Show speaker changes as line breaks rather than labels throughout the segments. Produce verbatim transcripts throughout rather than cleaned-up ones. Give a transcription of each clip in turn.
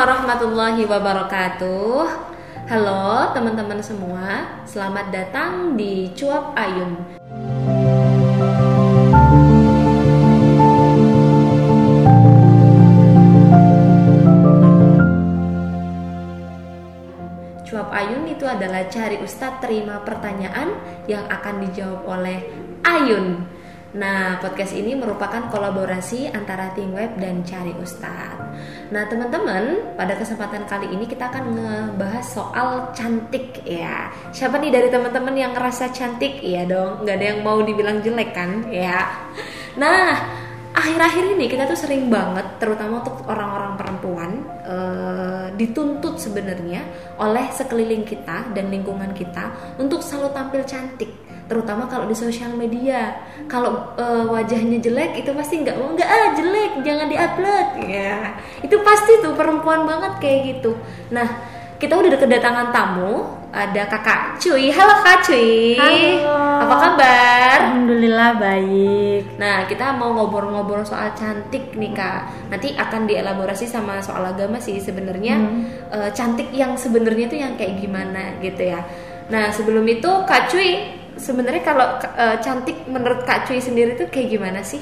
warahmatullahi wabarakatuh. Halo teman-teman semua, selamat datang di Cuap Ayun. Cuap Ayun itu adalah cari ustadz terima pertanyaan yang akan dijawab oleh Ayun. Nah, podcast ini merupakan kolaborasi antara Think Web dan Cari Ustadz. Nah, teman-teman, pada kesempatan kali ini kita akan ngebahas soal cantik ya. Siapa nih dari teman-teman yang ngerasa cantik? Iya dong, nggak ada yang mau dibilang jelek kan? Ya. Nah, akhir-akhir ini kita tuh sering banget, terutama untuk orang-orang perempuan, uh, dituntut sebenarnya oleh sekeliling kita dan lingkungan kita untuk selalu tampil cantik. Terutama kalau di sosial media, kalau uh, wajahnya jelek itu pasti nggak mau nggak ah jelek jangan diupload ya, itu pasti tuh perempuan banget kayak gitu. Nah, kita udah kedatangan tamu, ada kakak Cuy. Halo kak Cuy.
Halo.
Apa kabar?
Alhamdulillah baik.
Nah, kita mau ngobrol-ngobrol soal cantik nih kak. Nanti akan dielaborasi sama soal agama sih sebenarnya. Hmm. uh, cantik yang sebenarnya tuh yang kayak gimana gitu ya. Nah, sebelum itu kak Cuy, sebenarnya kalau uh, cantik menurut Kak Cuy sendiri tuh kayak gimana sih?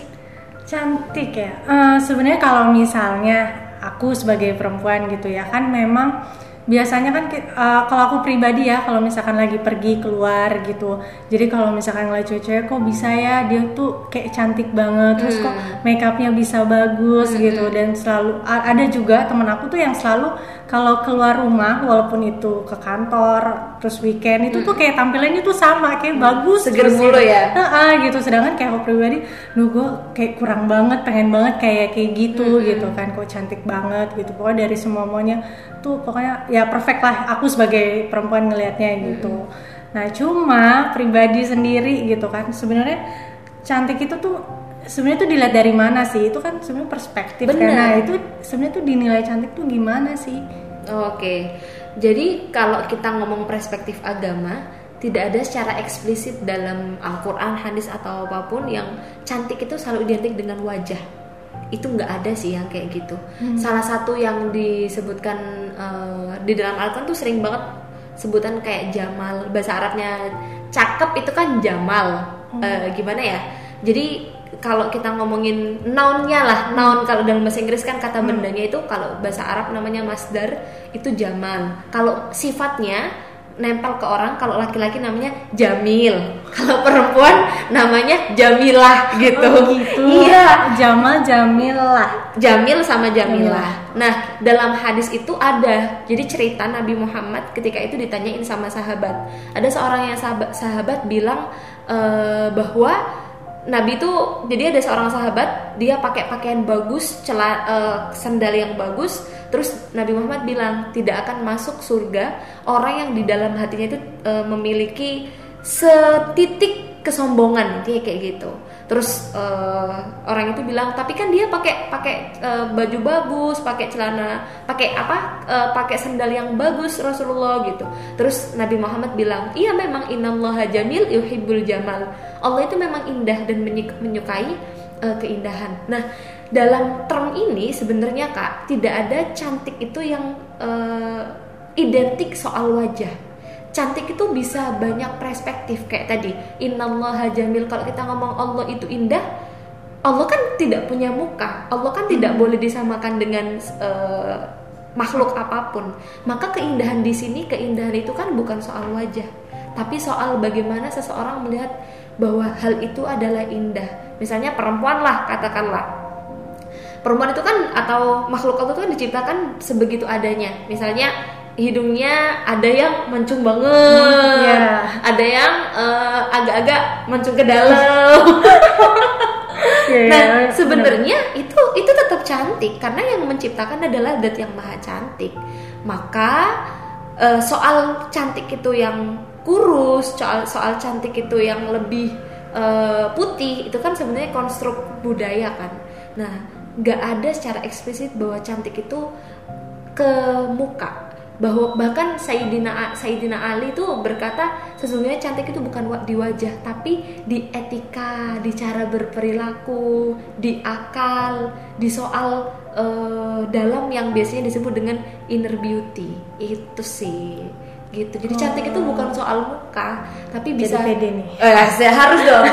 Cantik ya. Uh, sebenarnya kalau misalnya aku sebagai perempuan gitu ya, kan memang biasanya kan uh, kalau aku pribadi ya, kalau misalkan lagi pergi keluar gitu, jadi kalau misalkan ngeliat cewek-cewek kok bisa ya dia tuh kayak cantik banget, terus kok make upnya bisa bagus hmm. gitu, dan selalu ada juga temen aku tuh yang selalu kalau keluar rumah walaupun itu ke kantor terus weekend itu hmm. tuh kayak tampilannya tuh sama kayak hmm. bagus
seger mulu ya,
uh, uh, gitu. Sedangkan kayak aku pribadi, duh gue kayak kurang banget, pengen banget kayak kayak gitu hmm. gitu kan, kok cantik banget gitu. Pokoknya dari semuanya tuh pokoknya ya perfect lah aku sebagai perempuan ngelihatnya gitu. Hmm. Nah cuma pribadi sendiri gitu kan, sebenarnya cantik itu tuh sebenarnya tuh dilihat dari mana sih? Itu kan sebenarnya perspektif.
Bener.
Karena itu sebenarnya tuh dinilai cantik tuh gimana sih?
Oh, Oke, okay. Jadi kalau kita ngomong perspektif agama, tidak ada secara eksplisit dalam Al-Quran, hadis atau apapun yang cantik itu selalu identik dengan wajah. Itu nggak ada sih yang kayak gitu. Hmm. Salah satu yang disebutkan uh, di dalam Al-Quran tuh sering banget sebutan kayak jamal. Bahasa Arabnya cakep itu kan jamal. Hmm. Uh, gimana ya? Jadi kalau kita ngomongin noun-nya lah, noun kalau dalam bahasa Inggris kan kata bendanya itu, kalau bahasa Arab namanya masdar, itu jamal. Kalau sifatnya nempel ke orang, kalau laki-laki namanya jamil, kalau perempuan namanya jamilah gitu.
Oh gitu.
Iya,
jamal jamilah.
Jamil sama jamilah. Nah, dalam hadis itu ada, jadi cerita Nabi Muhammad ketika itu ditanyain sama sahabat. Ada seorang yang sahabat, sahabat bilang uh, bahwa Nabi itu, jadi ada seorang sahabat, dia pakai pakaian bagus, cela, uh, sandal yang bagus, terus Nabi Muhammad bilang tidak akan masuk surga orang yang di dalam hatinya itu uh, memiliki setitik kesombongan, kayak kayak gitu. Terus uh, orang itu bilang, tapi kan dia pakai pakai uh, baju bagus, pakai celana, pakai apa? Uh, pakai sandal yang bagus Rasulullah gitu. Terus Nabi Muhammad bilang, iya memang innallaha jamil yuhibbul jamal. Allah itu memang indah dan menyukai uh, keindahan. Nah, dalam term ini sebenarnya kak, tidak ada cantik itu yang uh, identik soal wajah. Cantik itu bisa banyak perspektif kayak tadi innallaha jamil. Kalau kita ngomong Allah itu indah, Allah kan tidak punya muka, Allah kan tidak hmm. boleh disamakan dengan uh, makhluk apapun. Maka keindahan di sini, keindahan itu kan bukan soal wajah, tapi soal bagaimana seseorang melihat bahwa hal itu adalah indah. Misalnya perempuan lah, katakanlah perempuan itu kan atau makhluk Allah itu kan diciptakan sebegitu adanya. Misalnya hidungnya ada yang mancung banget, hmm, yeah. ada yang uh, agak-agak mancung ke dalam. yeah, nah yeah, sebenarnya itu itu tetap cantik karena yang menciptakan adalah Zat yang maha cantik. Maka uh, soal cantik itu yang kurus, soal soal cantik itu yang lebih uh, putih, itu kan sebenarnya konstruk budaya kan. Nah, nggak ada secara eksplisit bahwa cantik itu ke muka. bahwa bahkan Sayyidina Sayyidina Ali tuh berkata sesungguhnya cantik itu bukan di wajah tapi di etika, di cara berperilaku, di akal, di soal uh, dalam yang biasanya disebut dengan inner beauty. Itu sih gitu. Jadi cantik itu bukan soal muka tapi bisa
jadi pede nih.
Eh, saya harus dong.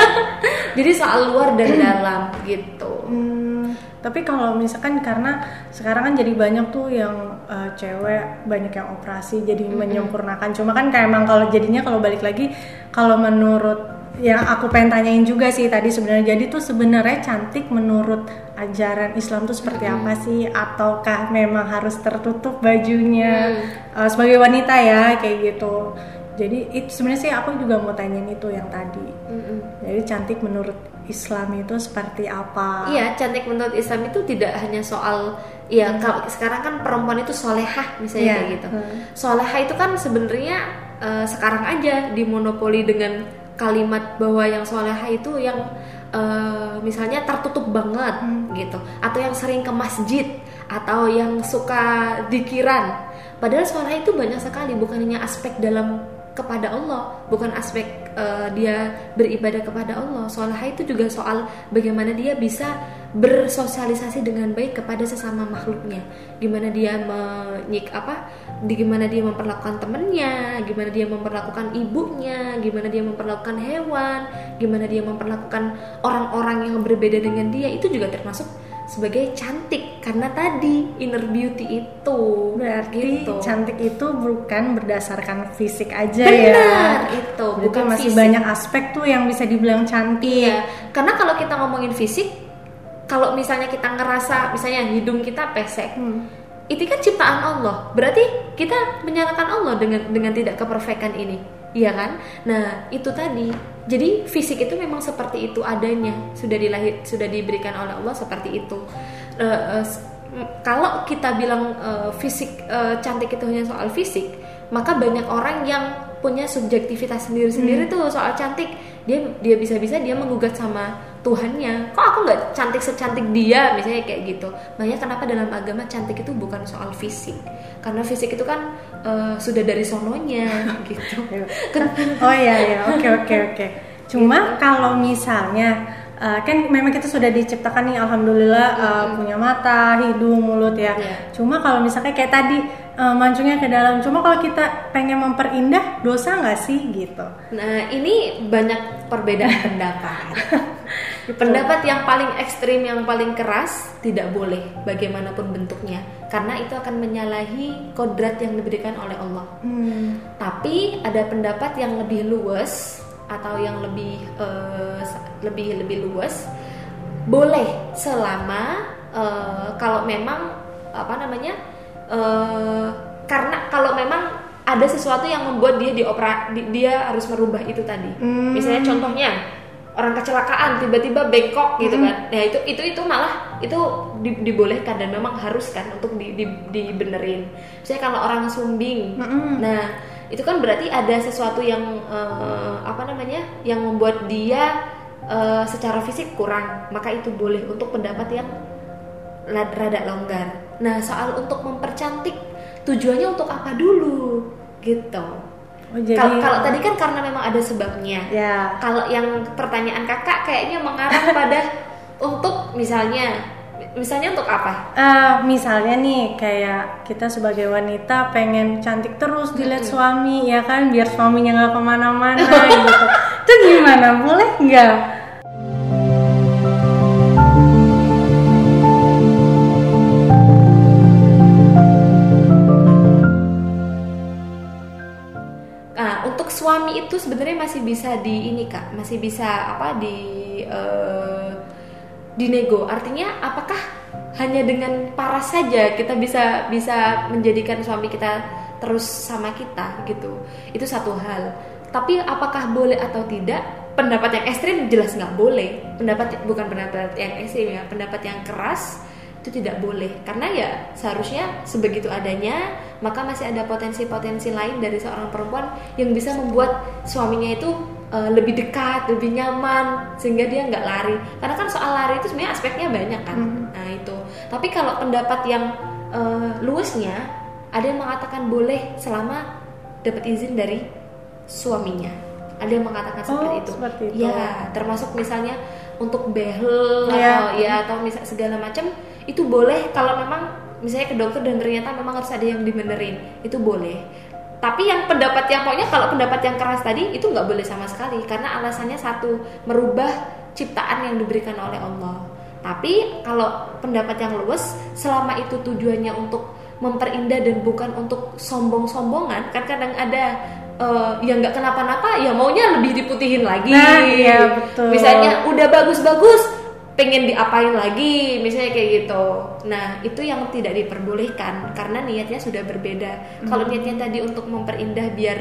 Jadi soal luar dan dalam gitu.
Hmm, tapi kalau misalkan karena sekarang kan jadi banyak tuh yang uh, cewek banyak yang operasi jadi mm-hmm. menyempurnakan. Cuma kan kayak emang kalau jadinya kalau balik lagi kalau menurut yang aku pengen tanyain juga sih tadi sebenarnya jadi tuh sebenarnya cantik menurut ajaran Islam tuh seperti mm-hmm. apa sih ataukah memang harus tertutup bajunya mm. uh, sebagai wanita ya kayak gitu. Jadi itu sebenarnya sih aku juga mau tanyain itu yang tadi. Mm-hmm. Jadi cantik menurut Islam itu seperti apa?
Iya, cantik menurut Islam itu tidak hanya soal ya hmm. kalau sekarang kan perempuan itu solehah misalnya yeah. kayak gitu. Hmm. Solehah itu kan sebenarnya uh, sekarang aja dimonopoli dengan kalimat bahwa yang solehah itu yang uh, misalnya tertutup banget hmm. gitu, atau yang sering ke masjid, atau yang suka dikiran. Padahal solehah itu banyak sekali, bukan hanya aspek dalam kepada Allah, bukan aspek uh, dia beribadah kepada Allah. Solehah itu juga soal bagaimana dia bisa bersosialisasi dengan baik kepada sesama makhluknya, gimana dia menyik apa, di gimana dia memperlakukan temennya, gimana dia memperlakukan ibunya, gimana dia memperlakukan hewan, gimana dia memperlakukan orang-orang yang berbeda dengan dia. Itu juga termasuk sebagai cantik karena tadi inner beauty itu.
Berarti
gitu.
Cantik itu bukan berdasarkan fisik aja.
Benar,
ya.
Benar itu.
Berarti
bukan
masih
fisik.
Banyak aspek tuh yang bisa dibilang cantik.
Iya. Karena kalau kita ngomongin fisik, kalau misalnya kita ngerasa misalnya hidung kita pesek, hmm. itu kan ciptaan Allah. Berarti kita menyalahkan Allah dengan dengan tidak keperfekan ini. Iya kan? Nah, itu tadi. Jadi fisik itu memang seperti itu adanya, sudah dilahir, sudah diberikan oleh Allah seperti itu. Uh, uh, kalau kita bilang uh, fisik uh, cantik itu hanya soal fisik, maka banyak orang yang punya subjektivitas sendiri-sendiri hmm. tuh soal cantik. Dia dia bisa-bisa dia menggugat sama Tuhannya. Kok aku nggak cantik secantik dia, misalnya kayak gitu. Makanya kenapa dalam agama cantik itu bukan soal fisik, karena fisik itu kan uh, sudah dari sononya gitu.
Oh iya ya, oke oke oke. Cuma gitu. Kalau misalnya uh, kan memang kita sudah diciptakan nih, alhamdulillah uh, hmm. punya mata, hidung, mulut ya. Yeah. Cuma kalau misalnya kayak tadi uh, mancungnya ke dalam. Cuma kalau kita pengen memperindah, dosa nggak sih gitu?
Nah ini banyak perbedaan pendapat. Pendapat yang paling ekstrim, yang paling keras, tidak boleh bagaimanapun bentuknya, karena itu akan menyalahi kodrat yang diberikan oleh Allah. Hmm. Tapi ada pendapat yang lebih luas atau yang lebih uh, lebih lebih luas, boleh selama uh, kalau memang apa namanya uh, karena kalau memang ada sesuatu yang membuat dia diopera, dia harus merubah itu tadi. Hmm. Misalnya contohnya orang kecelakaan tiba-tiba bengkok gitu kan. Nah, itu itu itu malah itu di, dibolehkan dan memang harus kan untuk di, di, dibenerin. Misalnya kalau orang sumbing. Mm-hmm. Nah, itu kan berarti ada sesuatu yang uh, apa namanya? yang membuat dia uh, secara fisik kurang, maka itu boleh untuk pendapat yang rada longgar. Nah, soal untuk mempercantik tujuannya untuk apa dulu gitu.
Oh,
kalau, kalau tadi kan karena memang ada sebabnya.
Ya.
Kalau yang pertanyaan kakak kayaknya mengarah pada untuk misalnya, misalnya untuk apa?
Uh, misalnya nih kayak kita sebagai wanita pengen cantik terus dilihat hmm. suami, ya kan, biar suaminya nggak kemana-mana gitu. Itu gimana? Boleh nggak?
Suami itu sebenarnya masih bisa di ini kak, masih bisa apa di uh, dinego. Artinya apakah hanya dengan paras saja kita bisa bisa menjadikan suami kita terus sama kita gitu? Itu satu hal. Tapi apakah boleh atau tidak? Pendapat yang ekstrim jelas nggak boleh. Pendapat bukan pendapat yang ekstrim ya, pendapat yang keras itu tidak boleh, karena ya seharusnya sebegitu adanya, maka masih ada potensi-potensi lain dari seorang perempuan yang bisa membuat suaminya itu uh, lebih dekat, lebih nyaman, sehingga dia nggak lari. Karena kan soal lari itu sebenarnya aspeknya banyak kan. Mm-hmm. Nah itu. Tapi kalau pendapat yang uh, luasnya, Ada yang mengatakan boleh selama dapat izin dari suaminya. Ada yang mengatakan
Oh,
seperti itu.
seperti itu.
Ya, termasuk misalnya untuk behel
Iya.
atau ya atau misal segala macam itu boleh kalau memang misalnya ke dokter dan ternyata memang harus ada yang dibenerin, itu boleh. Tapi yang pendapat yang pokoknya kalau pendapat yang keras tadi itu nggak boleh sama sekali karena alasannya satu, merubah ciptaan yang diberikan oleh Allah. Tapi kalau pendapat yang luwes, selama itu tujuannya untuk memperindah dan bukan untuk sombong-sombongan, kan kadang ada uh, yang nggak kenapa-napa, ya maunya lebih diputihin lagi.
Nah, iya betul.
Misalnya udah bagus-bagus, pengen diapain lagi, misalnya kayak gitu. Nah, itu yang tidak diperbolehkan karena niatnya sudah berbeda. Hmm. Kalau niatnya tadi untuk memperindah biar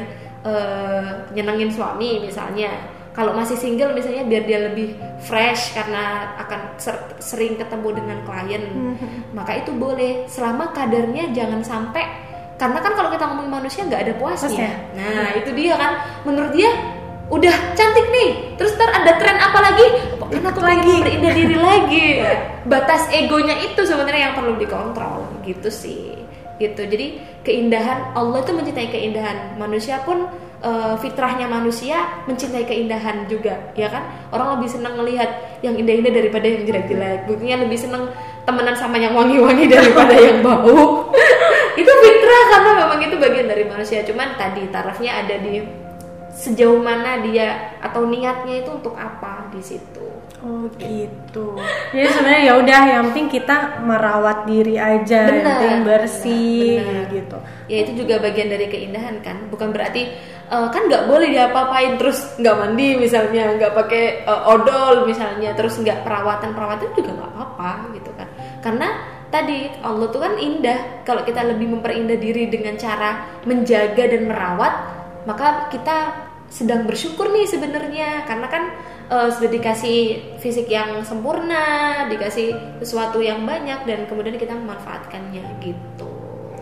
uh, nyenengin suami misalnya. Kalau masih single misalnya biar dia lebih fresh karena akan ser- sering ketemu dengan klien, mm-hmm. maka itu boleh selama kadarnya jangan sampai, karena kan kalau kita ngomongin manusia nggak ada puasnya. Nah mm-hmm. itu dia kan, menurut dia udah cantik nih, terus ntar ada tren apa lagi? Kan aku lagi berindah diri lagi. Batas egonya itu sebenarnya yang perlu dikontrol, gitu sih. Gitu. Jadi keindahan, Allah itu mencintai keindahan, manusia pun Uh, fitrahnya manusia mencintai keindahan juga, ya kan? Orang lebih senang melihat yang indah-indah daripada yang jelek-jelek. Buktinya lebih senang temenan sama yang wangi-wangi daripada yang bau. Itu fitrah karena memang itu bagian dari manusia. Cuman tadi tarafnya ada di sejauh mana dia atau niatnya itu untuk apa di situ.
Oh gitu. Jadi sebenarnya ya udah, yang penting kita merawat diri aja, yang penting bersih, bener, bener. Gitu.
Ya itu juga bagian dari keindahan kan. Bukan berarti uh, kan nggak boleh diapa-apain terus nggak mandi misalnya, nggak pakai uh, odol misalnya, terus nggak perawatan perawatan juga nggak apa-apa gitu kan. Karena tadi Allah tuh kan indah. Kalau kita lebih memperindah diri dengan cara menjaga dan merawat, maka kita sedang bersyukur nih sebenarnya, karena kan uh, sudah dikasih fisik yang sempurna, dikasih sesuatu yang banyak, dan kemudian kita memanfaatkannya gitu.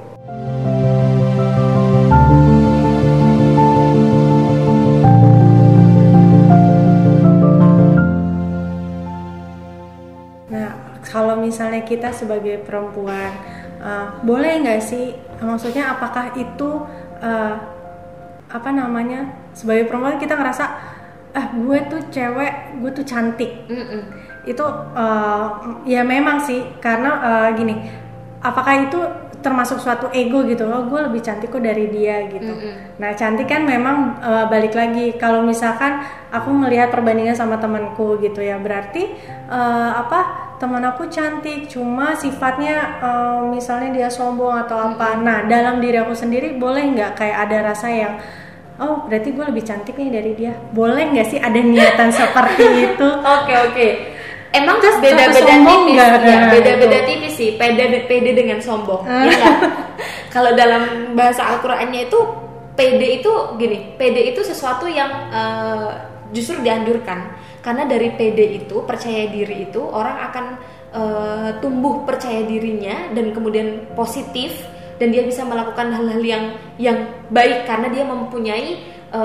Nah, kalau misalnya kita sebagai perempuan, uh, boleh nggak sih? Maksudnya apakah itu uh, apa namanya, sebagai perempuan kita ngerasa ah gue tuh cewek, gue tuh cantik. Mm-mm. Itu uh, ya memang sih, karena uh, gini, apakah itu termasuk suatu ego gitu, oh gue lebih cantik kok dari dia gitu. Mm-mm. Nah cantik kan memang uh, balik lagi, kalau misalkan aku melihat perbandingan sama temanku gitu ya, berarti uh, apa teman aku cantik, cuma sifatnya uh, misalnya dia sombong atau apa. Mm-hmm. Nah dalam diri aku sendiri boleh nggak kayak ada rasa yang oh berarti gue lebih cantik nih dari dia, boleh nggak sih ada niatan seperti itu?
Oke oke. Emang terus beda-beda tipis, ya, beda-beda tipis sih, pede pede dengan sombong. Uh. Ya kalau dalam bahasa Al-Qur'annya itu pede itu gini, pede itu sesuatu yang uh, justru dianjurkan. Karena dari pede itu, percaya diri itu, orang akan uh, tumbuh percaya dirinya dan kemudian positif, dan dia bisa melakukan hal-hal yang yang baik karena dia mempunyai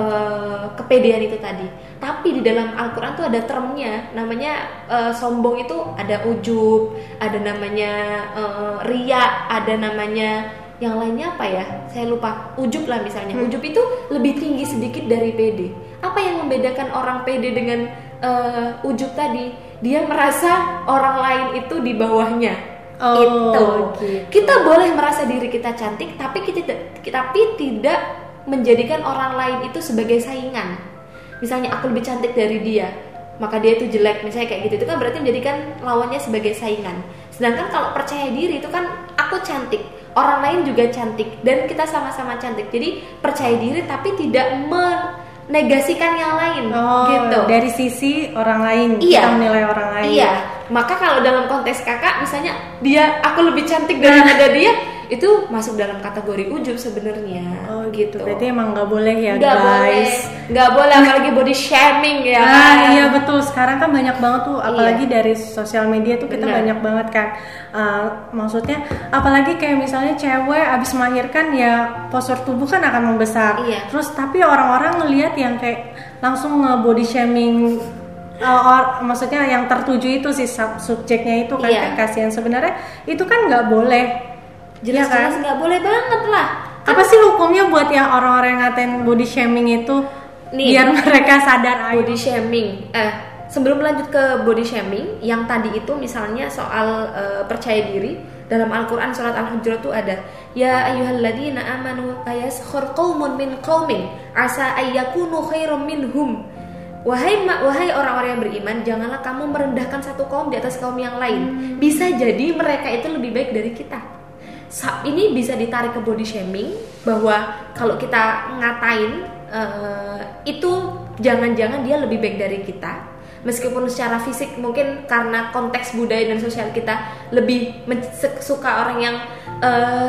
uh, kepedean itu tadi. Tapi di dalam Al-Quran tuh ada termnya, namanya uh, sombong itu ada ujub, ada namanya uh, riya, ada namanya yang lainnya apa ya? Saya lupa. Ujub lah misalnya. Hmm. Ujub itu lebih tinggi sedikit dari pede. Apa yang membedakan orang pede dengan uh, ujub tadi? Dia merasa orang lain itu di bawahnya. Oh, itu. Gitu. Kita boleh merasa diri kita cantik, tapi kita tapi tidak menjadikan orang lain itu sebagai saingan. Misalnya aku lebih cantik dari dia, maka dia itu jelek, misalnya kayak gitu. Itu kan berarti menjadikan lawannya sebagai saingan. Sedangkan kalau percaya diri itu kan aku cantik, orang lain juga cantik, dan kita sama-sama cantik. Jadi percaya diri tapi tidak menegasikan yang lain. Oh, gitu.
Dari sisi orang lain,
iya,
kita menilai orang lain.
Iya. Maka kalau dalam konteks kakak, misalnya dia aku lebih cantik daripada dia, itu masuk dalam kategori ujub sebenarnya.
Oh gitu. Berarti emang nggak boleh ya
gak
guys.
Nggak boleh, apalagi body shaming ya.
Nah kan? Iya betul. Sekarang kan banyak banget tuh, apalagi iya. dari sosial media tuh kita Bener. banyak banget kan. Uh, maksudnya, apalagi kayak misalnya cewek abis melahirkan ya postur tubuh kan akan membesar. Iya. Terus tapi orang-orang ngelihat yang kayak langsung nge-body shaming. Uh, or, maksudnya yang tertuju itu sih sub- subjeknya itu kan, iya. kan kasihan. Sebenarnya itu kan nggak boleh.
jelas-jelas nggak ya kan? Boleh banget lah.
Apa sih hukumnya buat yang orang-orang yang ngatain body shaming itu? Nih, biar mereka sadar.
Body ayo. Shaming. Eh, sebelum lanjut ke body shaming, yang tadi itu misalnya soal uh, percaya diri, dalam Al-Qur'an surat Al-Hujurat itu ada, ya ayyuhalladzina amanu ayaskhur qaumun min qaumin asa ayyakunu khairum minhum. Wahai wahai orang-orang yang beriman, janganlah kamu merendahkan satu kaum di atas kaum yang lain. Bisa jadi mereka itu lebih baik dari kita. Ini bisa ditarik ke body shaming, bahwa kalau kita ngatain uh, itu jangan-jangan dia lebih baik dari kita. Meskipun secara fisik mungkin karena konteks budaya dan sosial kita lebih men- suka orang yang uh,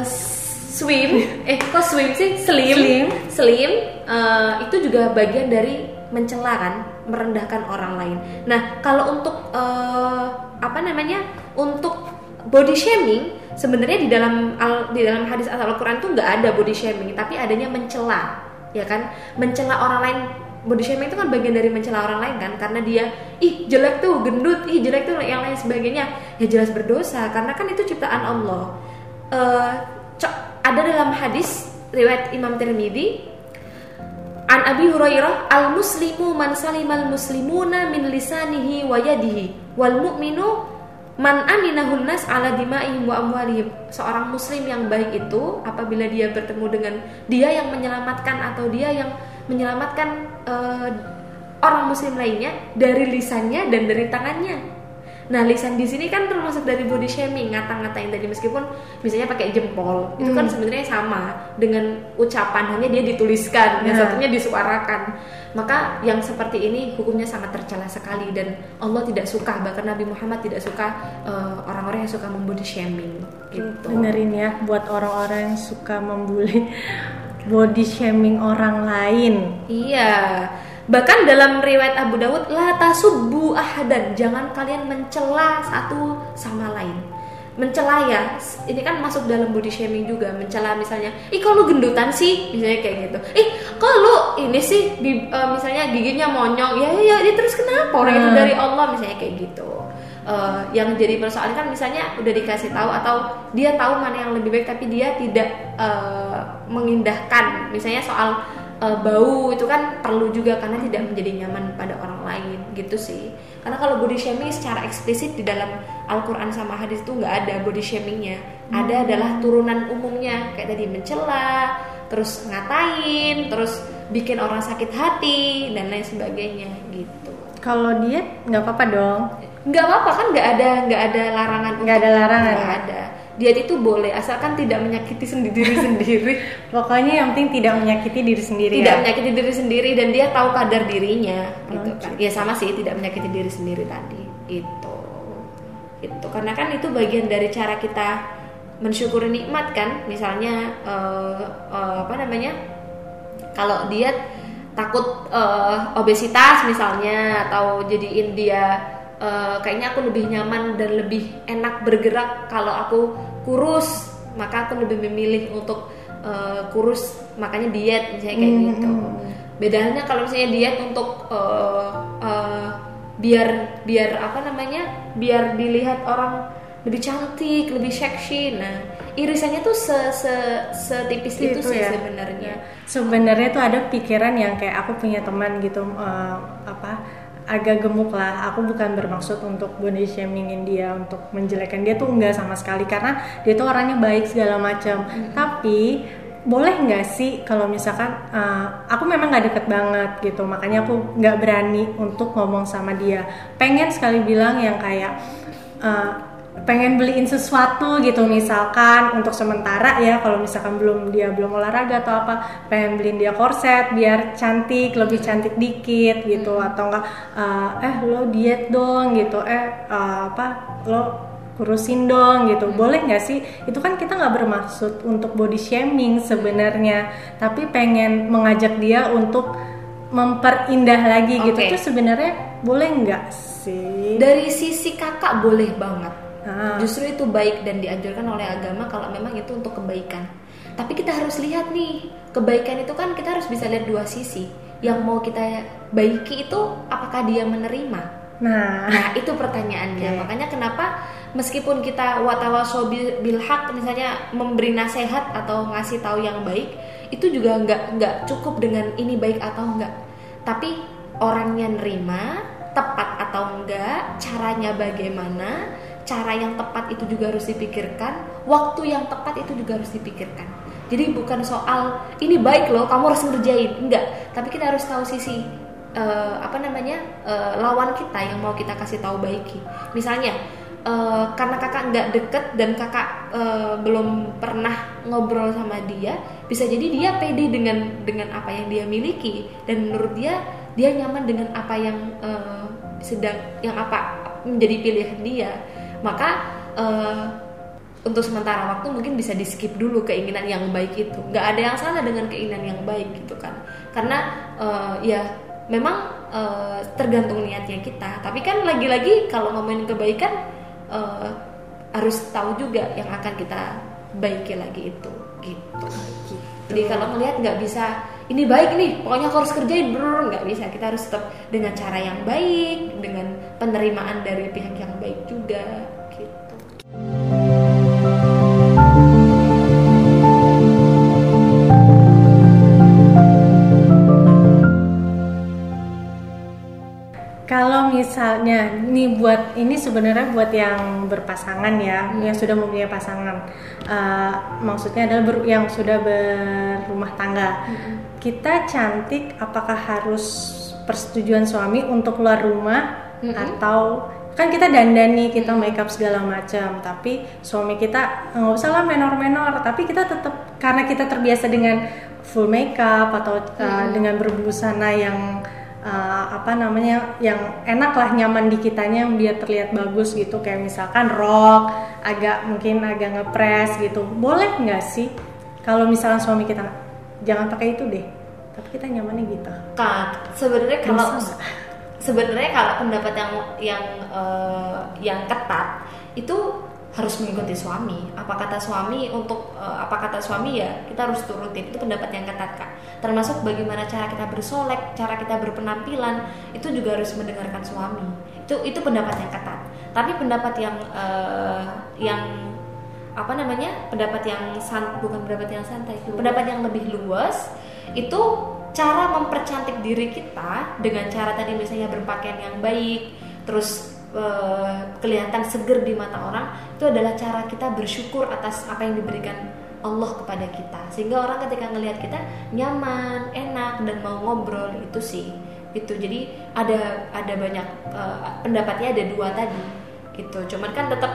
swim, eh kok swim sih slim, slim, slim uh, itu juga bagian dari mencela kan, merendahkan orang lain. Nah kalau untuk uh, apa namanya, untuk body shaming sebenarnya di dalam al, di dalam hadis Al-Qur'an tuh nggak ada body shaming, tapi adanya mencela, ya kan, mencela orang lain. Body shaming itu kan bagian dari mencela orang lain kan, karena dia ih jelek tuh, gendut, ih jelek tuh, yang lain sebagainya. Ya jelas berdosa karena kan itu ciptaan Allah. Uh, ada dalam hadis riwayat Imam Tirmidzi, an Abi Hurairah, al muslimu man salimal muslimuna min lisanihi wa yadihi wal mu'minu man aminahun nas ala dima'ihim wa amwalihim. Seorang muslim yang baik itu apabila dia bertemu dengan dia yang menyelamatkan atau dia yang menyelamatkan uh, orang muslim lainnya dari lisannya dan dari tangannya. Nah, lisan di sini kan termasuk dari body shaming, ngata-ngatain tadi, meskipun misalnya pakai jempol, hmm. itu kan sebenarnya sama dengan ucapan, hanya dia dituliskan, nah. yang satunya disuarakan. Maka yang seperti ini hukumnya sangat tercela sekali dan Allah tidak suka, bahkan Nabi Muhammad tidak suka uh, orang-orang yang suka membody shaming gitu.
Dengerin ya, buat orang-orang yang suka membuli body shaming orang lain.
Iya. Bahkan dalam riwayat Abu Dawud, la tasubbu ahadan, jangan kalian mencela satu sama lain. Mencela ya, ini kan masuk dalam body shaming juga. Mencela misalnya, ih kok lu gendutan sih, misalnya kayak gitu. Ih kok lu ini sih, bi, uh, misalnya giginya monyong. Ya ya ya, dia terus kenapa orang hmm. itu dari Allah, misalnya kayak gitu. Uh, yang jadi persoalan kan misalnya udah dikasih tahu atau dia tahu mana yang lebih baik tapi dia tidak uh, mengindahkan, misalnya soal uh, bau itu kan perlu juga karena tidak menjadi nyaman pada orang lain gitu sih. Karena kalau body shaming secara eksplisit di dalam Al-Quran sama hadis itu nggak ada body shamingnya, hmm. ada adalah turunan umumnya kayak tadi mencela, terus ngatain, terus bikin orang sakit hati dan lain sebagainya gitu.
Kalau diet nggak apa-apa dong?
Nggak apa-apa kan, nggak ada nggak ada larangan.
Nggak ada larangan.
Nggak ada. Diet itu boleh asalkan tidak menyakiti diri sendiri.
Pokoknya yang penting tidak menyakiti diri sendiri.
Tidak
ya?
menyakiti diri sendiri dan dia tahu kadar dirinya, gitu kan. Ya sama sih, tidak menyakiti diri sendiri tadi. Itu, itu karena kan itu bagian dari cara kita mensyukuri nikmat kan. Misalnya uh, uh, apa namanya? Kalau diet takut uh, obesitas misalnya, atau jadiin dia Uh, kayaknya aku lebih nyaman dan lebih enak bergerak kalau aku kurus, maka aku lebih memilih untuk uh, kurus, makanya diet misalnya kayak mm-hmm. gitu. Bedanya kalau misalnya diet untuk uh, uh, biar biar apa namanya, biar dilihat orang lebih cantik, lebih seksi. Nah, irisannya tuh se se setipis gitu itu sih ya? Sebenarnya.
Sebenarnya tuh ada pikiran yang kayak aku punya teman gitu, uh, apa? agak gemuk lah. Aku bukan bermaksud untuk body shamingin dia, untuk menjelekkan dia tuh enggak sama sekali, karena dia tuh orangnya baik segala macam. Mm-hmm. Tapi boleh nggak sih kalau misalkan uh, aku memang nggak deket banget gitu, makanya aku nggak berani untuk ngomong sama dia. Pengen sekali bilang yang kayak uh, pengen beliin sesuatu gitu, misalkan untuk sementara ya, kalau misalkan belum dia belum olahraga atau apa, pengen beliin dia korset biar cantik, lebih cantik dikit gitu, atau enggak uh, eh lo diet dong gitu, eh uh, apa lo kurusin dong gitu. Boleh nggak sih? Itu kan kita nggak bermaksud untuk body shaming sebenarnya, tapi pengen mengajak dia untuk memperindah lagi okay. gitu. Itu sebenarnya boleh nggak sih?
Dari sisi kakak boleh banget.
Ah.
Justru itu baik dan dianjurkan oleh agama kalau memang itu untuk kebaikan. Tapi kita harus lihat nih, kebaikan itu kan kita harus bisa lihat dua sisi. Yang mau kita baiki itu apakah dia menerima?
Nah,
nah itu pertanyaannya. Okay. Makanya kenapa meskipun kita watawasau bil haq, misalnya memberi nasihat atau ngasih tahu yang baik, itu juga nggak nggak cukup dengan ini baik atau enggak, tapi orangnya nerima tepat atau enggak, caranya bagaimana, cara yang tepat itu juga harus dipikirkan, waktu yang tepat itu juga harus dipikirkan. Jadi bukan soal ini baik loh kamu harus ngerjain, enggak, tapi kita harus tahu sisi uh, apa namanya uh, lawan kita yang mau kita kasih tahu baiki. Misalnya uh, karena kakak nggak deket dan kakak uh, belum pernah ngobrol sama dia, bisa jadi dia pede dengan dengan apa yang dia miliki dan menurut dia dia nyaman dengan apa yang uh, sedang yang apa menjadi pilihan dia, maka uh, untuk sementara waktu mungkin bisa di skip dulu keinginan yang baik itu. Nggak ada yang salah dengan keinginan yang baik gitu kan, karena uh, ya memang uh, tergantung niatnya kita. Tapi kan lagi-lagi kalau ngomongin kebaikan uh, harus tahu juga yang akan kita baiki lagi itu gitu. Jadi kalau melihat nggak bisa ini baik nih pokoknya aku harus kerjain, bro, nggak bisa. Kita harus tetap dengan cara yang baik, dengan penerimaan dari pihak yang baik juga gitu.
Kalau misalnya ini buat ini sebenarnya buat yang berpasangan ya, hmm. yang sudah mempunyai pasangan, uh, maksudnya adalah ber, yang sudah berumah tangga. Hmm. Kita cantik, apakah harus persetujuan suami untuk keluar rumah hmm. atau kan kita dandan nih, kita makeup segala macam, tapi suami kita nggak usah lah menor-menor, tapi kita tetap karena kita terbiasa dengan full makeup atau uh, hmm. dengan berbusana yang Uh, apa namanya yang enak lah, nyaman di kitanya, biar terlihat bagus gitu, kayak misalkan rok agak mungkin agak ngepres gitu, boleh nggak sih kalau misalkan suami kita jangan pakai itu deh tapi kita nyamannya gitu?
Kak, sebenarnya kalau sebenarnya kalau pendapat yang yang uh, yang ketat itu harus mengikuti suami. Apa kata suami untuk uh, apa kata suami ya kita harus turutin. Itu pendapat yang ketat, Kak. Termasuk bagaimana cara kita bersolek, cara kita berpenampilan, itu juga harus mendengarkan suami. Itu itu pendapat yang ketat. Tapi pendapat yang uh, yang apa namanya? Pendapat yang san, bukan pendapat yang santai, pendapat yang lebih luas itu cara mempercantik diri kita dengan cara tadi misalnya berpakaian yang baik, terus Uh, kelihatan seger di mata orang, itu adalah cara kita bersyukur atas apa yang diberikan Allah kepada kita, sehingga orang ketika ngelihat kita nyaman, enak dan mau ngobrol itu sih itu. Jadi ada ada banyak uh, pendapatnya, ada dua tadi gitu. Cuman kan tetap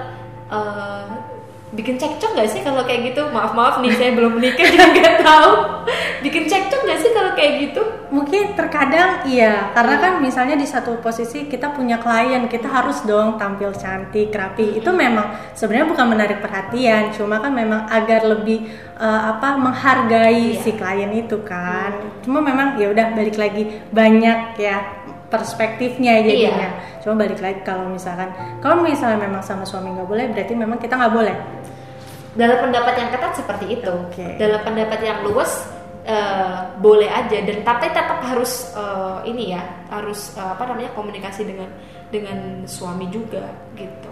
uh, bikin cekcok nggak sih kalau kayak gitu? Maaf maaf nih saya belum menikah jadi nggak tahu. Bikin cekcok nggak sih kalau kayak gitu?
Mungkin terkadang iya, karena kan misalnya di satu posisi kita punya klien, kita harus dong tampil cantik, rapi. Itu memang sebenarnya bukan menarik perhatian, cuma kan memang agar lebih uh, apa menghargai iya. si klien itu kan. Hmm. Cuma memang ya udah balik lagi banyak ya perspektifnya jadinya. Iya. Cuma balik lagi kalau misalkan kalau misalnya memang sama suami nggak boleh, berarti memang kita nggak boleh.
Dalam pendapat yang ketat seperti itu. Okay. Dalam pendapat yang luas uh, boleh aja, dan tapi tetap harus uh, ini ya harus uh, apa namanya komunikasi dengan dengan suami juga gitu.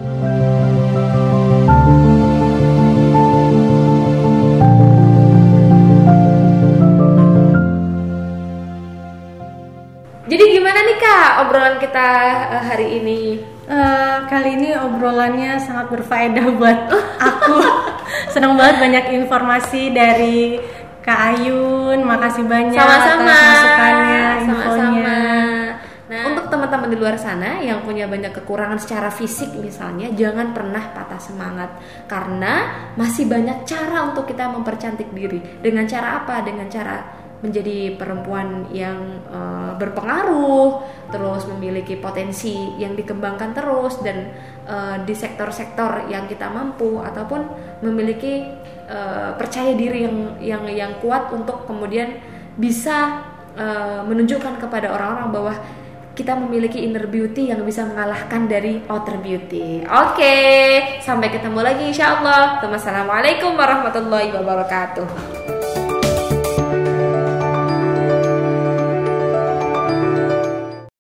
Jadi gimana nih Kak obrolan kita uh, hari ini?
Uh, kali ini obrolannya sangat berfaedah buat aku. Senang banget banyak informasi dari Kak Ayun. Makasih banyak
sama-sama
atas masukannya, infonya.
Sama-sama. Nah, untuk teman-teman di luar sana yang punya banyak kekurangan secara fisik misalnya, jangan pernah patah semangat, karena masih banyak cara untuk kita mempercantik diri. Dengan cara apa? Dengan cara menjadi perempuan yang uh, berpengaruh, terus memiliki potensi yang dikembangkan terus, dan uh, di sektor-sektor yang kita mampu, ataupun memiliki uh, percaya diri yang yang yang kuat untuk kemudian bisa uh, menunjukkan kepada orang-orang bahwa kita memiliki inner beauty yang bisa mengalahkan dari outer beauty. Oke, okay, sampai ketemu lagi insyaallah. Wassalamualaikum warahmatullahi wabarakatuh.